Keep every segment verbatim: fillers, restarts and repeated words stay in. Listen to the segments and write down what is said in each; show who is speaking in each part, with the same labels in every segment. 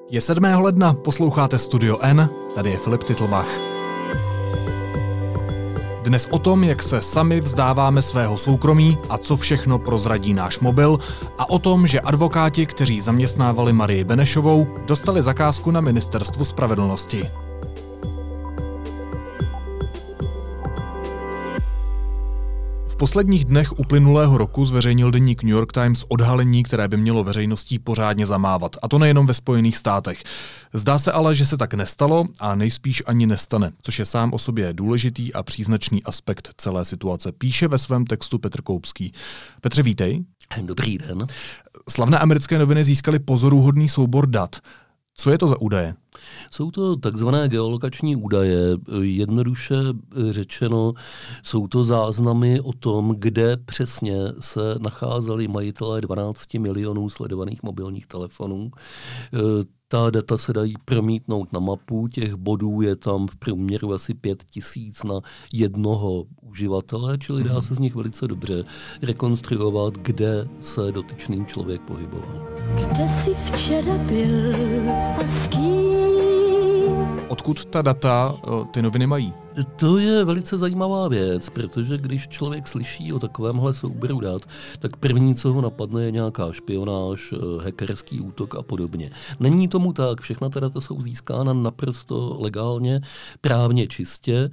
Speaker 1: Je sedmého ledna, posloucháte Studio N, tady je Filip Titlbach. Dnes o tom, jak se sami vzdáváme svého soukromí a co všechno prozradí náš mobil, a o tom, že advokáti, kteří zaměstnávali Marii Benešovou, dostali zakázku na Ministerstvu spravedlnosti. V posledních dnech uplynulého roku zveřejnil deník New York Times odhalení, které by mělo veřejností pořádně zamávat. A to nejenom ve Spojených státech. Zdá se ale, že se tak nestalo a nejspíš ani nestane, což je sám o sobě důležitý a příznačný aspekt celé situace. Píše ve svém textu Petr Koupský. Petře, vítej.
Speaker 2: Dobrý den.
Speaker 1: Slavné americké noviny získaly pozoruhodný soubor dat. Co je to za údaje?
Speaker 2: Jsou to takzvané geolokační údaje. Jednoduše řečeno, jsou to záznamy o tom, kde přesně se nacházeli majitelé dvanáct milionů sledovaných mobilních telefonů. Ta data se dají promítnout na mapu, těch bodů je tam v průměru asi pět tisíc na jednoho uživatele, čili dá se z nich velice dobře rekonstruovat, kde se dotyčný člověk pohyboval.
Speaker 3: Kde jsi včera byl a s kým?
Speaker 1: Odkud ta data ty noviny mají?
Speaker 2: To je velice zajímavá věc, protože když člověk slyší o takovémhle souboru dat, tak první, co ho napadne, je nějaká špionáž, hackerský útok a podobně. Není tomu tak, všechna ta data jsou získána naprosto legálně, právně čistě,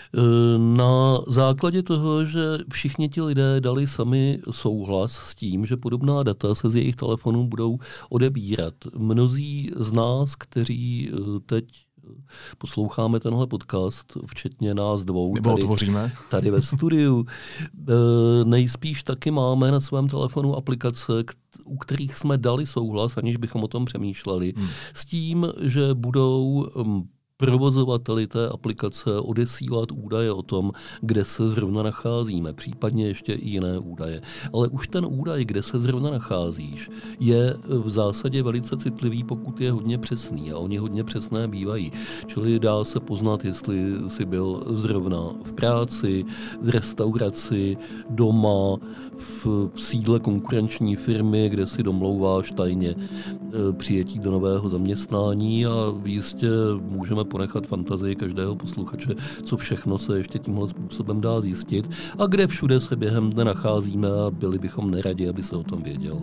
Speaker 2: na základě toho, že všichni ti lidé dali sami souhlas s tím, že podobná data se z jejich telefonů budou odebírat. Mnozí z nás, kteří teď posloucháme tenhle podcast, včetně nás dvou,
Speaker 1: nebo
Speaker 2: tady,
Speaker 1: otvoříme.
Speaker 2: tady ve studiu, nejspíš taky máme na svém telefonu aplikace, u kterých jsme dali souhlas, aniž bychom o tom přemýšleli, hmm. s tím, že budou provozovateli té aplikace odesílat údaje o tom, kde se zrovna nacházíme, případně ještě i jiné údaje. Ale už ten údaj, kde se zrovna nacházíš, je v zásadě velice citlivý, pokud je hodně přesný, a oni hodně přesné bývají. Čili dá se poznat, jestli jsi byl zrovna v práci, v restauraci, doma, v sídle konkurenční firmy, kde si domlouváš tajně přijetí do nového zaměstnání, a jistě můžeme ponechat fantazii každého posluchače, co všechno se ještě tímhle způsobem dá zjistit a kde všude se během dne nacházíme, a byli bychom neradi, aby se o tom věděl.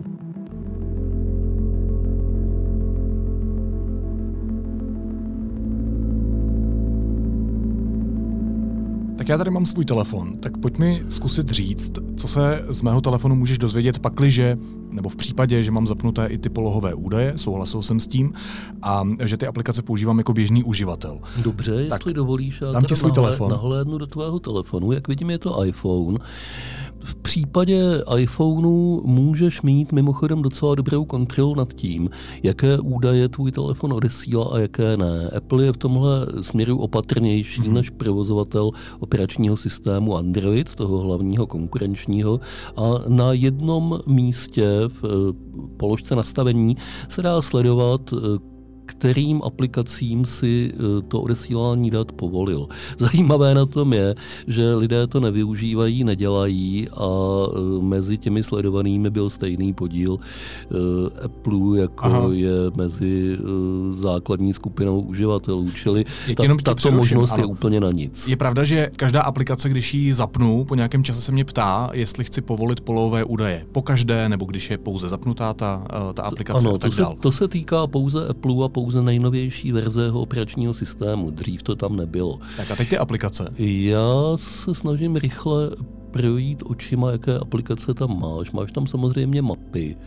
Speaker 1: Tak já tady mám svůj telefon, tak pojď mi zkusit říct, co se z mého telefonu můžeš dozvědět, pakliže, nebo v případě, že mám zapnuté i ty polohové údaje, souhlasil jsem s tím, a že ty aplikace používám jako běžný uživatel.
Speaker 2: Dobře, tak jestli dovolíš, já
Speaker 1: dám ti svůj
Speaker 2: nahlé,
Speaker 1: telefon.
Speaker 2: nahlédnu do tvého telefonu, jak vidím, je to iPhone. V případě iPhoneu můžeš mít mimochodem docela dobrou kontrolu nad tím, jaké údaje tvůj telefon odesílá a jaké ne. Apple je v tomhle směru opatrnější mm-hmm. než provozovatel operačního systému Android, toho hlavního konkurenčního, a na jednom místě v položce nastavení se dá sledovat, kterým aplikacím si to odesílání dat povolil. Zajímavé na tom je, že lidé to nevyužívají, nedělají, a mezi těmi sledovanými byl stejný podíl Apple, jako Aha. je mezi základní skupinou uživatelů. Čili ta, tato možnost ano. je úplně na nic.
Speaker 1: Je pravda, že každá aplikace, když ji zapnu, po nějakém čase se mě ptá, jestli chci povolit polohové údaje. Po každé, nebo když je pouze zapnutá ta, ta aplikace
Speaker 2: ano,
Speaker 1: a tak
Speaker 2: to
Speaker 1: dál.
Speaker 2: Se, to se týká pouze Apple a pouze nejnovější verze jeho operačního systému. Dřív to tam nebylo.
Speaker 1: Tak a teď ty aplikace.
Speaker 2: Já se snažím rychle projít očima, jaké aplikace tam máš. Máš tam samozřejmě mapy.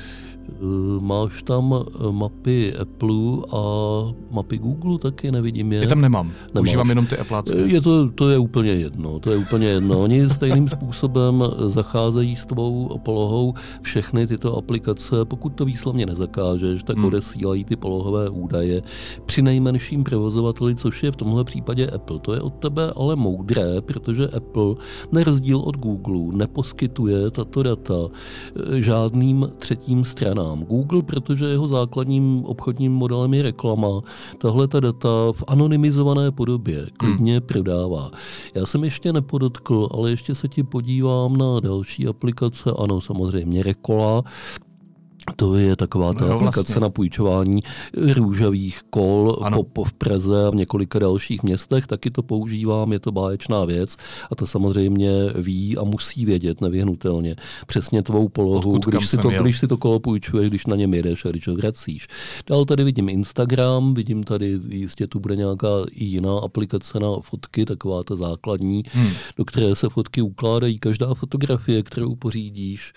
Speaker 2: Máš tam mapy Apple a mapy Google taky, nevidím je.
Speaker 1: Ty tam nemám,
Speaker 2: Nemáš.
Speaker 1: Užívám jenom ty Applácké.
Speaker 2: Je to, to je úplně jedno, to je úplně jedno. Oni stejným způsobem zacházejí s tvou polohou všechny tyto aplikace. Pokud to výslovně nezakážeš, tak hmm. odesílají ty polohové údaje při nejmenším provozovateli, což je v tomhle případě Apple. To je od tebe ale moudré, protože Apple, na rozdíl od Google, neposkytuje tato data žádným třetím stranám. Google, protože jeho základním obchodním modelem je reklama, tahle ta data v anonymizované podobě klidně hmm. prodává. Já jsem ještě nepodotkl, ale ještě se ti podívám na další aplikace, ano, samozřejmě Rekola, To je taková ta
Speaker 1: no,
Speaker 2: aplikace
Speaker 1: vlastně.
Speaker 2: na půjčování růžových kol po, v Praze a v několika dalších městech. Taky to používám, je to báječná věc a to samozřejmě ví a musí vědět nevyhnutelně přesně tvou polohu,
Speaker 1: Odkud,
Speaker 2: když si, to, když si to kolo půjčuješ, když na něm jedeš a když ho vracíš. Dál tady vidím Instagram, vidím tady, jistě tu bude nějaká i jiná aplikace na fotky, taková ta základní, hmm. do které se fotky ukládají. Každá fotografie, kterou pořídíš,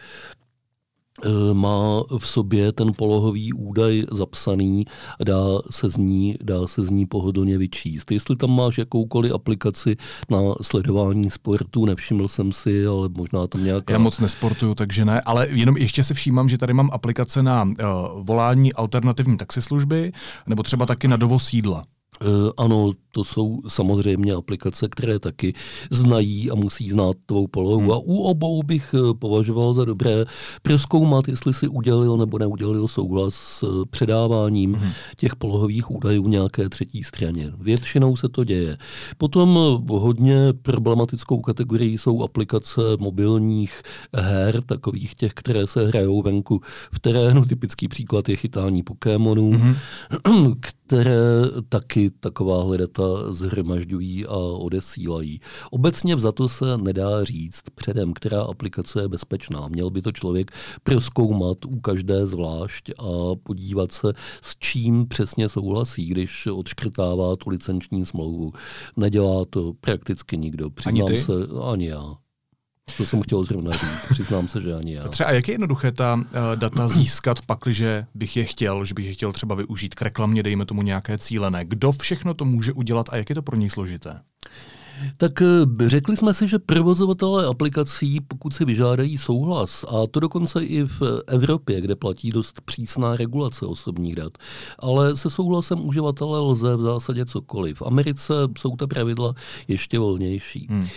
Speaker 2: má v sobě ten polohový údaj zapsaný a dá se z ní, dá se z ní pohodlně vyčíst. Jestli tam máš jakoukoliv aplikaci na sledování sportu, nevšiml jsem si, ale možná tam nějaká...
Speaker 1: Já moc nesportuju, takže ne, ale jenom ještě si všímám, že tady mám aplikace na uh, volání alternativní taxislužby, nebo třeba taky na dovoz jídla.
Speaker 2: Uh, ano, to jsou samozřejmě aplikace, které taky znají a musí znát tvou polohu. Hmm. A u obou bych považoval za dobré prozkoumat, jestli si udělil nebo neudělil souhlas s předáváním hmm. těch polohových údajů nějaké třetí straně. Většinou se to děje. Potom hodně problematickou kategorií jsou aplikace mobilních her, takových těch, které se hrajou venku v terénu. Typický příklad je chytání Pokémonů, hmm. které taky takováhle data zhromažďují a odesílají. Obecně vzato se nedá říct předem, která aplikace je bezpečná. Měl by to člověk prozkoumat u každé zvlášť a podívat se, s čím přesně souhlasí, když odškrtává tu licenční smlouvu. Nedělá to prakticky nikdo. Přiznám
Speaker 1: ani ty?
Speaker 2: se, ani já. To jsem chtěl zrovna říct. Přiznám se, že ani já.
Speaker 1: Třeba jak je jednoduché ta uh, data získat, pakliže bych je chtěl, že bych je chtěl třeba využít k reklamě, dejme tomu nějaké cílené. Kdo všechno to může udělat a jak je to pro něj složité?
Speaker 2: Tak řekli jsme si, že provozovatelé aplikací, pokud si vyžádají souhlas, a to dokonce i v Evropě, kde platí dost přísná regulace osobních dat, ale se souhlasem uživatele lze v zásadě cokoliv. V Americe jsou ta pravidla ještě volnější. Hmm.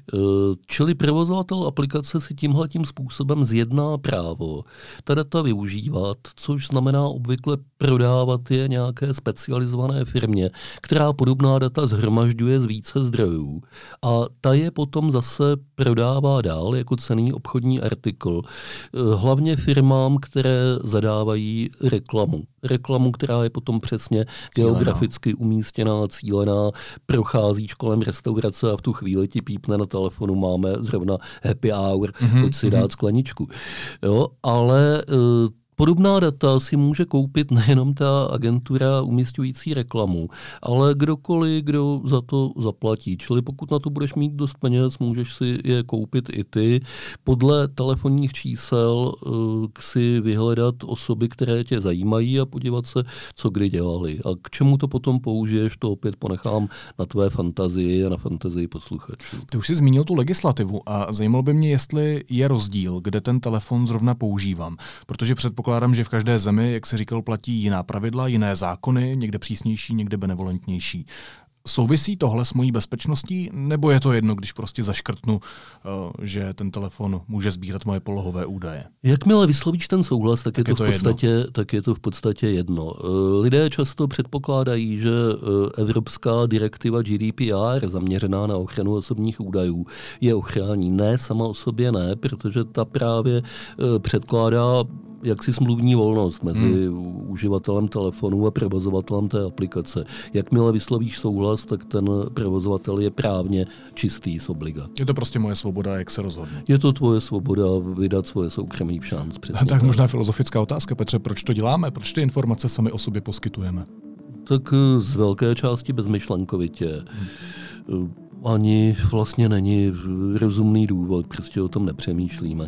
Speaker 2: Čili provozovatel aplikace si tímhletím způsobem zjedná právo ta data využívat, což znamená obvykle prodávat je nějaké specializované firmě, která podobná data shromažďuje z více zdrojů. A ta je potom zase prodává dál jako cenný obchodní artikl, hlavně firmám, které zadávají reklamu. Reklamu, která je potom přesně cílená, geograficky umístěná, cílená, procházíš kolem restaurace a v tu chvíli ti pípne na telefonu, máme zrovna happy hour, mm-hmm, pojď si mm-hmm. dát skleničku. Jo, ale podobná data si může koupit nejenom ta agentura umísťující reklamu, ale kdokoliv, kdo za to zaplatí. Čili pokud na to budeš mít dost peněz, můžeš si je koupit i ty. Podle telefonních čísel uh, si vyhledat osoby, které tě zajímají a podívat se, co kdy dělali. A k čemu to potom použiješ, to opět ponechám na tvé fantazii a na fantazii posluchačů.
Speaker 1: Ty už jsi zmínil tu legislativu a zajímalo by mě, jestli je rozdíl, kde ten telefon zrovna používám. Protože předpokládám, Pokládám, že v každé zemi, jak se říkal, platí jiná pravidla, jiné zákony, někde přísnější, někde benevolentnější. Souvisí tohle s mojí bezpečností, nebo je to jedno, když prostě zaškrtnu, že ten telefon může sbírat moje polohové údaje?
Speaker 2: Jakmile vyslovíš ten souhlas, tak, tak, je, to je, to v podstatě, tak je to v podstatě jedno. Lidé často předpokládají, že evropská direktiva G D P R zaměřená na ochranu osobních údajů je ochrání. Ne, sama o sobě ne, protože ta právě předkládá jaksi smluvní volnost mezi hmm. uživatelem telefonu a provozovatelem té aplikace. Jakmile vyslovíš souhlas, tak ten provozovatel je právně čistý z obliga.
Speaker 1: Je to prostě moje svoboda, jak se rozhodnu.
Speaker 2: Je to tvoje svoboda vydat svoje soukromí v šanc.
Speaker 1: Tak, tak možná filozofická otázka, Petře, proč to děláme? Proč ty informace sami o sobě poskytujeme?
Speaker 2: Tak z velké části bezmyšlenkovitě. Hmm. Ani vlastně není rozumný důvod, prostě o tom nepřemýšlíme.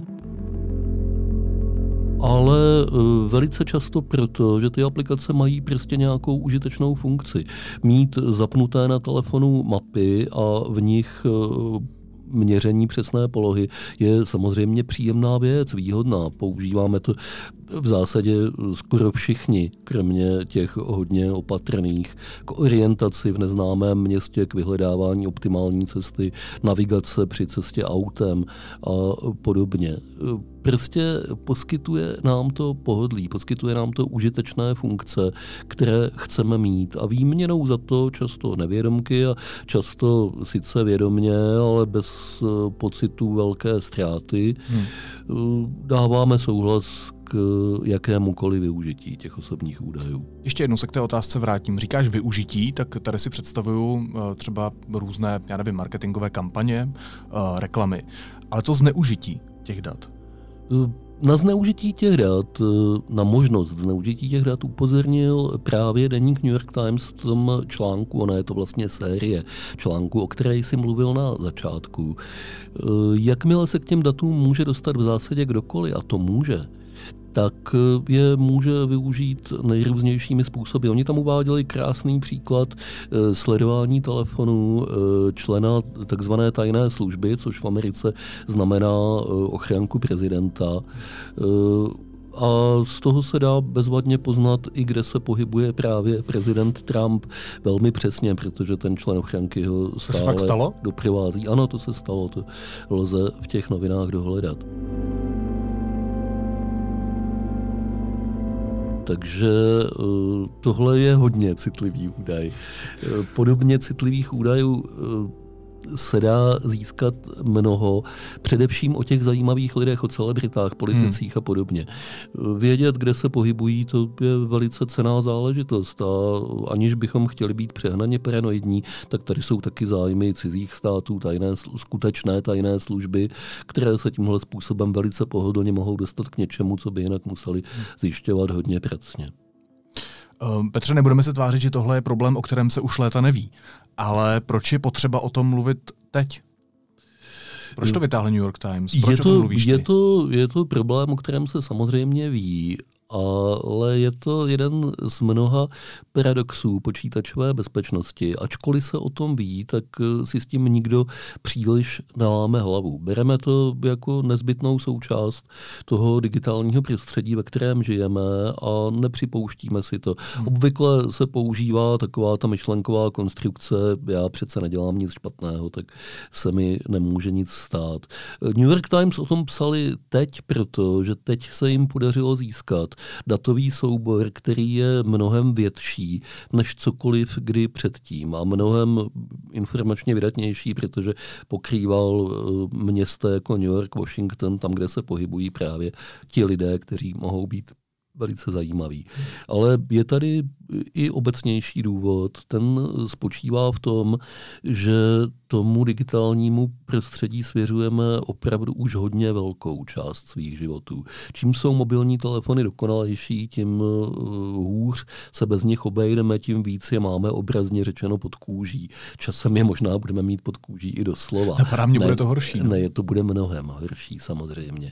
Speaker 2: Ale velice často proto, že ty aplikace mají prostě nějakou užitečnou funkci. Mít zapnuté na telefonu mapy a v nich měření přesné polohy je samozřejmě příjemná věc, výhodná. Používáme to v zásadě skoro všichni, kromě těch hodně opatrných, k orientaci v neznámém městě, k vyhledávání optimální cesty, navigace při cestě autem a podobně. Prostě poskytuje nám to pohodlí, poskytuje nám to užitečné funkce, které chceme mít a výměnou za to často nevědomky a často sice vědomně, ale bez pocitu velké ztráty hmm. dáváme souhlas k jakémukoliv využití těch osobních údajů.
Speaker 1: Ještě jednou se k té otázce vrátím. Říkáš využití, tak tady si představuju třeba různé, já nevím, marketingové kampaně, reklamy. Ale co zneužití těch dat?
Speaker 2: Na zneužití těch dat, na možnost zneužití těch dat upozornil právě deník New York Times v tom článku, ona je to vlastně série článku, o které jsi mluvil na začátku. Jakmile se k těm datům může dostat v zásadě kdokoliv, a to může, tak je může využít nejrůznějšími způsoby. Oni tam uváděli krásný příklad sledování telefonů člena takzvané tajné služby, což v Americe znamená ochranku prezidenta. A z toho se dá bezvadně poznat, i kde se pohybuje právě prezident Trump velmi přesně, protože ten člen ochranky ho stále
Speaker 1: to se fakt stalo?
Speaker 2: doprovází. Ano, to se stalo, to lze v těch novinách dohledat. Takže tohle je hodně citlivý údaj. Podobně citlivých údajů se dá získat mnoho, především o těch zajímavých lidech, o celebritách, politicích hmm. a podobně. Vědět, kde se pohybují, to je velice cenná záležitost a aniž bychom chtěli být přehnaně paranoidní, tak tady jsou taky zájmy cizích států, tajné, skutečné tajné služby, které se tímhle způsobem velice pohodlně mohou dostat k něčemu, co by jinak museli zjišťovat hodně pracně.
Speaker 1: Petře, nebudeme se tvářit, že tohle je problém, o kterém se už léta neví. Ale proč je potřeba o tom mluvit teď? Proč to vytáhl New York Times? Proč
Speaker 2: je
Speaker 1: to, o tom mluvíš ty?
Speaker 2: Je to, je to problém, o kterém se samozřejmě ví, ale je to jeden z mnoha paradoxů počítačové bezpečnosti. Ačkoliv se o tom ví, tak si s tím nikdo příliš neláme hlavu. Bereme to jako nezbytnou součást toho digitálního prostředí, ve kterém žijeme a nepřipouštíme si to. Hmm. Obvykle se používá taková ta myšlenková konstrukce, já přece nedělám nic špatného, tak se mi nemůže nic stát. New York Times o tom psali teď, protože teď se jim podařilo získat datový soubor, který je mnohem větší než cokoliv kdy předtím a mnohem informačně vydatnější, protože pokrýval města jako New York, Washington, tam, kde se pohybují právě ti lidé, kteří mohou být velice zajímavý. Ale je tady i obecnější důvod. Ten spočívá v tom, že tomu digitálnímu prostředí svěřujeme opravdu už hodně velkou část svých životů. Čím jsou mobilní telefony dokonalejší, tím hůř se bez nich obejdeme, tím víc je máme obrazně řečeno pod kůží. Časem je možná budeme mít pod kůží i doslova.
Speaker 1: Napadá mě, bude to horší.
Speaker 2: Ne, ne, to bude mnohem horší samozřejmě.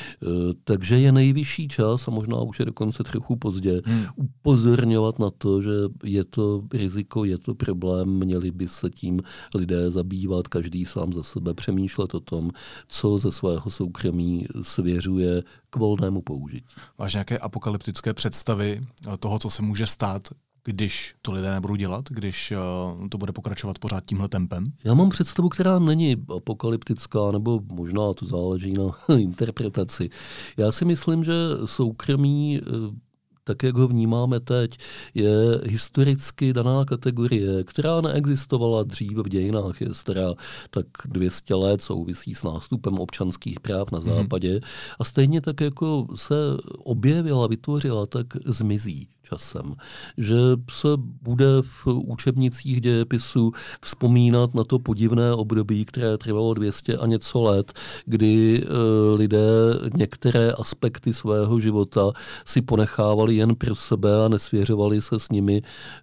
Speaker 2: Takže je nejvyšší čas, a možná už je dokonce trochu pozdě, hmm. upozorňovat na to, že je to riziko, je to problém, měli by se tím lidé zabývat, každý sám za sebe, přemýšlet o tom, co ze svého soukromí svěřuje k volnému použití.
Speaker 1: Máš nějaké apokalyptické představy toho, co se může stát, když to lidé nebudou dělat, když to bude pokračovat pořád tímhle tempem?
Speaker 2: Já mám představu, která není apokalyptická, nebo možná to záleží na interpretaci. Já si myslím, že soukromí, tak jak ho vnímáme teď, je historicky daná kategorie, která neexistovala dřív v dějinách, je stará tak dvě stě let, souvisí s nástupem občanských práv na západě a stejně tak jako se objevila, vytvořila, tak zmizí časem. Že se bude v učebnicích dějepisu vzpomínat na to podivné období, které trvalo dvě stě a něco let, kdy e, lidé některé aspekty svého života si ponechávali jen pro sebe a nesvěřovali se s nimi e,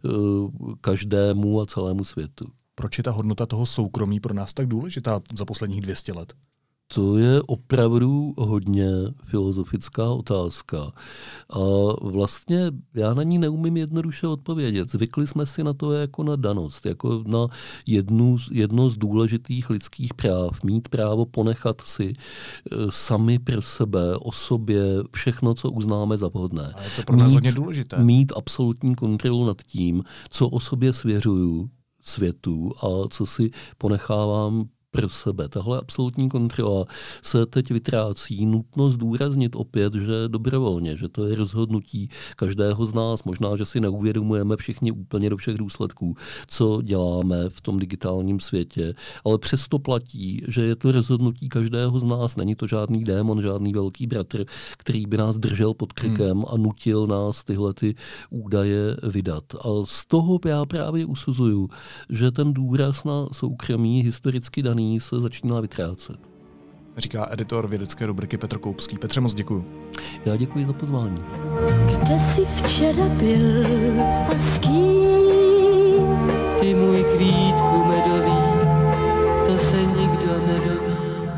Speaker 2: každému a celému světu.
Speaker 1: Proč je ta hodnota toho soukromí pro nás tak důležitá za posledních dvě stě let?
Speaker 2: To je opravdu hodně filozofická otázka. A vlastně já na ní neumím jednoduše odpovědět. Zvykli jsme si na to jako na danost, jako na jednu, jedno z důležitých lidských práv. Mít právo ponechat si sami pro sebe, o sobě, všechno, co uznáme za vhodné.
Speaker 1: A je to pro nás mít, hodně důležité.
Speaker 2: Mít absolutní kontrolu nad tím, co o sobě svěřuju světu a co si ponechávám pro sebe. Tahle absolutní kontrola se teď vytrácí. Nutno zdůraznit opět, že dobrovolně, že to je rozhodnutí každého z nás. Možná, že si neuvědomujeme všichni úplně do všech důsledků, co děláme v tom digitálním světě, ale přesto platí, že je to rozhodnutí každého z nás. Není to žádný démon, žádný velký bratr, který by nás držel pod krkem hmm. a nutil nás tyhle ty údaje vydat. A z toho já právě usuzuju, že ten důraz na soukromí historicky daný se začíná vytrácet.
Speaker 1: Říká editor vědecké rubriky Petr Koupský. Petře, moc děkuju.
Speaker 2: Já děkuji za pozvání.
Speaker 3: Kde jsi včera byl a s kým?
Speaker 4: Ty můj kvítku medový, to se nikdo nedoví.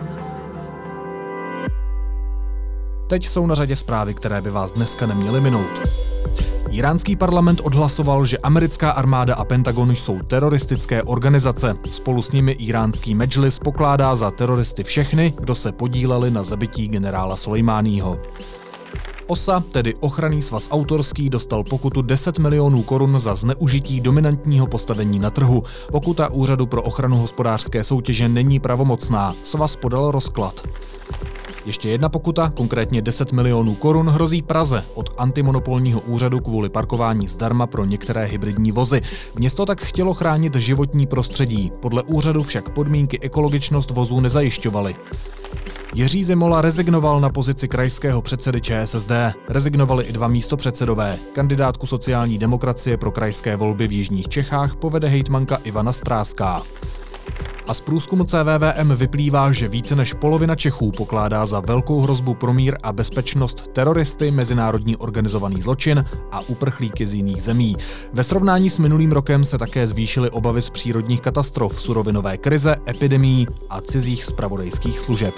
Speaker 1: Teď jsou na řadě zprávy, které by vás dneska neměly minout. Iránský parlament odhlasoval, že americká armáda a Pentagon jsou teroristické organizace. Spolu s nimi iránský medžlis pokládá za teroristy všechny, kdo se podíleli na zabití generála Sulejmáního. O S A, tedy Ochranný svaz autorský, dostal pokutu deset milionů korun za zneužití dominantního postavení na trhu. Pokuta Úřadu pro ochranu hospodářské soutěže není pravomocná. Svaz podal rozklad. Ještě jedna pokuta, konkrétně deset milionů korun, hrozí Praze od antimonopolního úřadu kvůli parkování zdarma pro některé hybridní vozy. Město tak chtělo chránit životní prostředí. Podle úřadu však podmínky ekologičnost vozů nezajišťovaly. Jiří Zimola rezignoval na pozici krajského předsedy Č S S D. Rezignovali i dva místopředsedové. Kandidátku sociální demokracie pro krajské volby v jižních Čechách povede hejtmanka Ivana Stráská. A z průzkumu C V V M vyplývá, že více než polovina Čechů pokládá za velkou hrozbu pro mír a bezpečnost teroristy, mezinárodní organizovaný zločin a uprchlíky z jiných zemí. Ve srovnání s minulým rokem se také zvýšily obavy z přírodních katastrof, surovinové krize, epidemií a cizích zpravodajských služeb.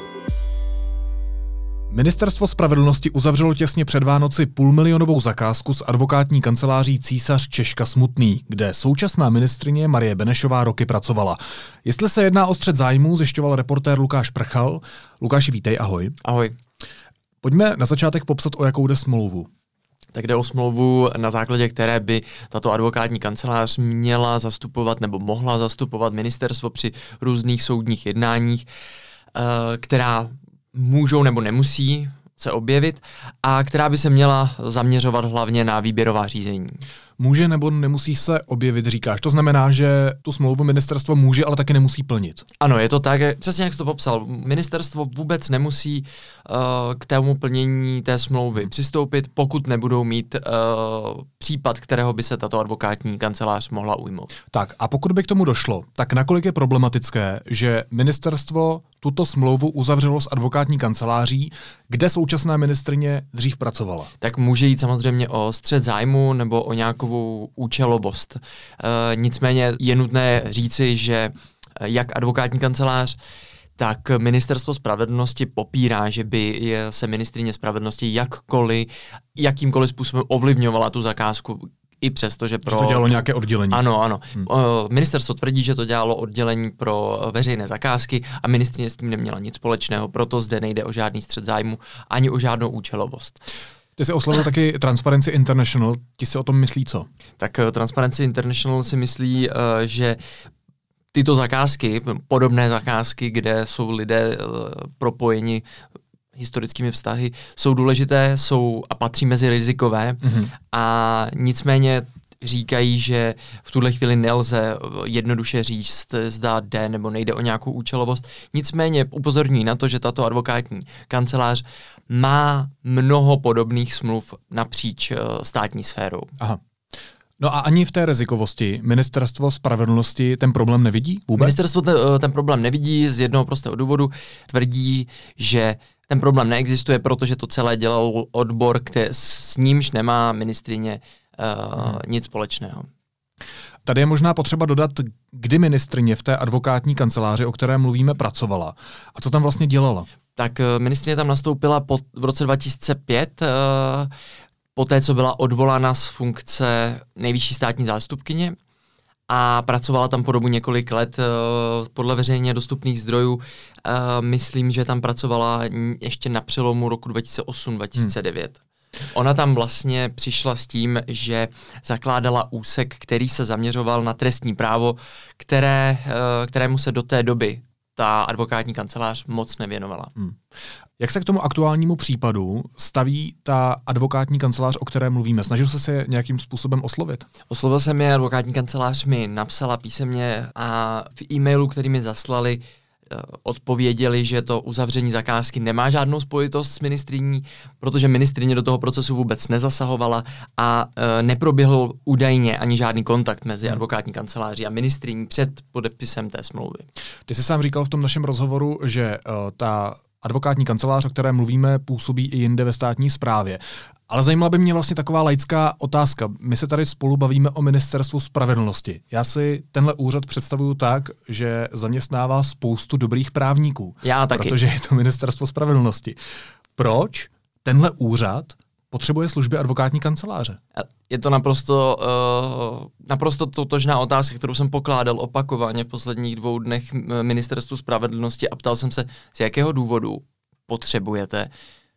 Speaker 1: Ministerstvo spravedlnosti uzavřelo těsně před Vánoci půlmilionovou zakázku s advokátní kanceláří Císař Češka Smutný, kde současná ministryně Marie Benešová roky pracovala. Jestli se jedná o střet zájmů, zjišťoval reportér Lukáš Prchal. Lukáši, vítej, ahoj.
Speaker 5: Ahoj.
Speaker 1: Pojďme na začátek popsat, o jakou jde smlouvu.
Speaker 5: Tak jde o smlouvu, na základě které by tato advokátní kancelář měla zastupovat nebo mohla zastupovat ministerstvo při různých soudních jednáních, která můžou nebo nemusí se objevit a která by se měla zaměřovat hlavně na výběrová řízení.
Speaker 1: Může nebo nemusí se objevit, říkáš. To znamená, že tu smlouvu ministerstvo může, ale taky nemusí plnit.
Speaker 5: Ano, je to tak, přesně jak jsi to popsal. Ministerstvo vůbec nemusí uh, k tému plnění té smlouvy přistoupit, pokud nebudou mít uh, případ, kterého by se tato advokátní kancelář mohla ujmout.
Speaker 1: Tak a pokud by k tomu došlo, tak nakolik je problematické, že ministerstvo tuto smlouvu uzavřelo s advokátní kanceláří, kde současná ministryně dřív pracovala?
Speaker 5: Tak může jít samozřejmě o střet zájmu nebo o nějakou účelovost. E, nicméně je nutné říci, že jak advokátní kancelář, tak ministerstvo spravedlnosti popírá, že by se ministryně spravedlnosti jakkoliv, jakýmkoliv způsobem ovlivňovala tu zakázku, i přesto, že pro...
Speaker 1: Že to dělalo nějaké oddělení.
Speaker 5: Ano, ano.
Speaker 1: Hmm.
Speaker 5: Ministerstvo tvrdí, že to dělalo oddělení pro veřejné zakázky a ministryně s tím neměla nic společného, proto zde nejde o žádný střet zájmu ani o žádnou účelovost.
Speaker 1: Ty jsi oslovil taky Transparency International, ti si o tom myslí co?
Speaker 5: Tak Transparency International si myslí, že tyto zakázky, podobné zakázky, kde jsou lidé propojeni historickými vztahy, jsou důležité, jsou a patří mezi rizikové mm-hmm. a nicméně říkají, že v tuhle chvíli nelze jednoduše říct, zda jde nebo nejde o nějakou účelovost. Nicméně upozorňují na to, že tato advokátní kancelář má mnoho podobných smluv napříč státní sférou.
Speaker 1: Aha. No a ani v té rizikovosti ministerstvo spravedlnosti ten problém nevidí vůbec?
Speaker 5: Ministerstvo ten, ten problém nevidí z jednoho prostého důvodu. Tvrdí, že ten problém neexistuje, protože to celé dělal odbor, který, s nímž nemá ministryně uh, hmm. nic společného.
Speaker 1: Tady je možná potřeba dodat, kdy ministryně v té advokátní kanceláři, o které mluvíme, pracovala a co tam vlastně dělala.
Speaker 5: Tak ministryně tam nastoupila po, v roce dva tisíce pět, uh, poté, co byla odvolána z funkce nejvyšší státní zástupkyně a pracovala tam po dobu několik let podle veřejně dostupných zdrojů. Myslím, že tam pracovala ještě na přelomu roku dva tisíce osm dva tisíce devět. Hmm. Ona tam vlastně přišla s tím, že zakládala úsek, který se zaměřoval na trestní právo, které, kterému se do té doby ta advokátní kancelář moc nevěnovala. Hmm.
Speaker 1: Jak se k tomu aktuálnímu případu staví ta advokátní kancelář, o které mluvíme? Snažil jsi se nějakým způsobem oslovit?
Speaker 5: Oslovil jsem je, advokátní kancelář mi napsala písemně a v e-mailu, který mi zaslali, odpověděli, že to uzavření zakázky nemá žádnou spojitost s ministryní, protože ministryně do toho procesu vůbec nezasahovala a e, neproběhl údajně ani žádný kontakt mezi advokátní kanceláří a ministryní před podepisem té smlouvy.
Speaker 1: Ty jsi sám říkal v tom našem rozhovoru, že uh, ta advokátní kancelář, o které mluvíme, působí i jinde ve státní správě. Ale zajímala by mě vlastně taková laická otázka. My se tady spolu bavíme o Ministerstvu spravedlnosti. Já si tenhle úřad představuju tak, že zaměstnává spoustu dobrých právníků.
Speaker 5: Já taky.
Speaker 1: Protože je to Ministerstvo spravedlnosti. Proč tenhle úřad potřebuje služby advokátní kanceláře?
Speaker 5: Je to naprosto, uh, naprosto totožná otázka, kterou jsem pokládal opakovaně v posledních dvou dnech Ministerstvu spravedlnosti a ptal jsem se, z jakého důvodu potřebujete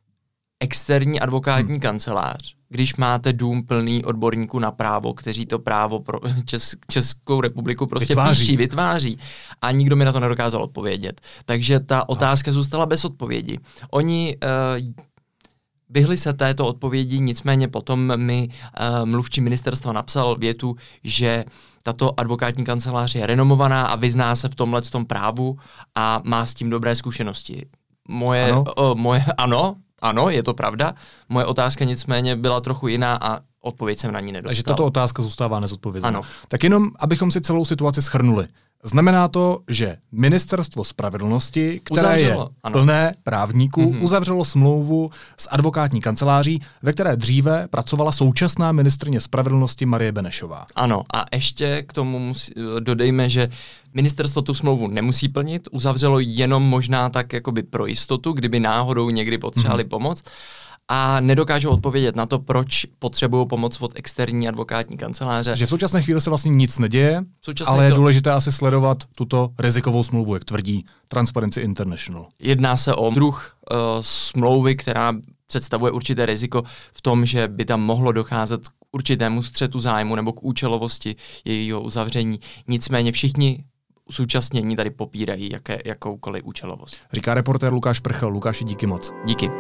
Speaker 5: externí advokátní hmm. kancelář, když máte dům plný odborníků na právo, kteří to právo pro Čes- Českou republiku prostě vytváří. píší, vytváří. A nikdo mi na to nedokázal odpovědět. Takže ta otázka zůstala bez odpovědi. Oni uh, vyhli se této odpovědi, nicméně potom mi uh, mluvčí ministerstva napsal větu, že tato advokátní kancelář je renomovaná a vyzná se v tomhle tom právu a má s tím dobré zkušenosti. Moje, ano, uh, moje, ano Ano, je to pravda. Moje otázka nicméně byla trochu jiná a odpověď jsem na ní nedostal.
Speaker 1: Takže tato otázka zůstává nezodpovězená.
Speaker 5: Ano.
Speaker 1: Tak jenom, abychom si celou situaci shrnuli. Znamená to, že Ministerstvo spravedlnosti, které uzavřelo, je ano. plné právníků, mm-hmm. uzavřelo smlouvu s advokátní kanceláří, ve které dříve pracovala současná ministryně spravedlnosti Marie Benešová.
Speaker 5: Ano, a ještě k tomu musí, dodejme, že ministerstvo tu smlouvu nemusí plnit, uzavřelo jenom možná tak jakoby pro jistotu, kdyby náhodou někdy potřebovali mm-hmm. pomoc. A nedokážou odpovědět na to, proč potřebují pomoc od externí advokátní kanceláře.
Speaker 1: Že v současné chvíli se vlastně nic neděje, ale je důležité asi sledovat tuto rizikovou smlouvu, jak tvrdí Transparency International.
Speaker 5: Jedná se o druh uh, smlouvy, která představuje určité riziko v tom, že by tam mohlo docházet k určitému střetu zájmu nebo k účelovosti jejího uzavření. Nicméně všichni současnění tady popírají jaké, jakoukoliv účelovost.
Speaker 1: Říká reportér Lukáš Prchel. Lukáši, díky moc.
Speaker 5: Díky.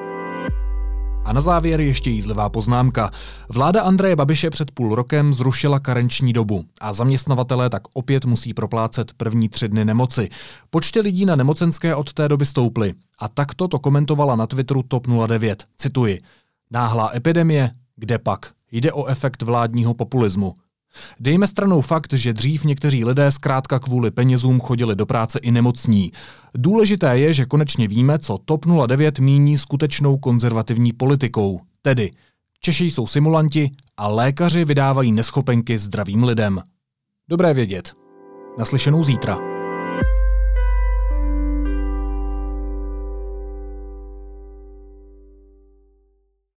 Speaker 1: A na závěr ještě jízlivá poznámka. Vláda Andreje Babiše před půl rokem zrušila karenční dobu a zaměstnavatelé tak opět musí proplácet první tři dny nemoci. Počty lidí na nemocenské od té doby stouply. A takto to komentovala na Twitteru TOP nula devět. Cituji. Náhlá epidemie? Kde pak? Jde o efekt vládního populismu. Dejme stranou fakt, že dřív někteří lidé zkrátka kvůli penězům chodili do práce i nemocní. Důležité je, že konečně víme, co TOP nula devět míní skutečnou konzervativní politikou. Tedy Češi jsou simulanti a lékaři vydávají neschopenky zdravým lidem. Dobré vědět. Naslyšenou zítra.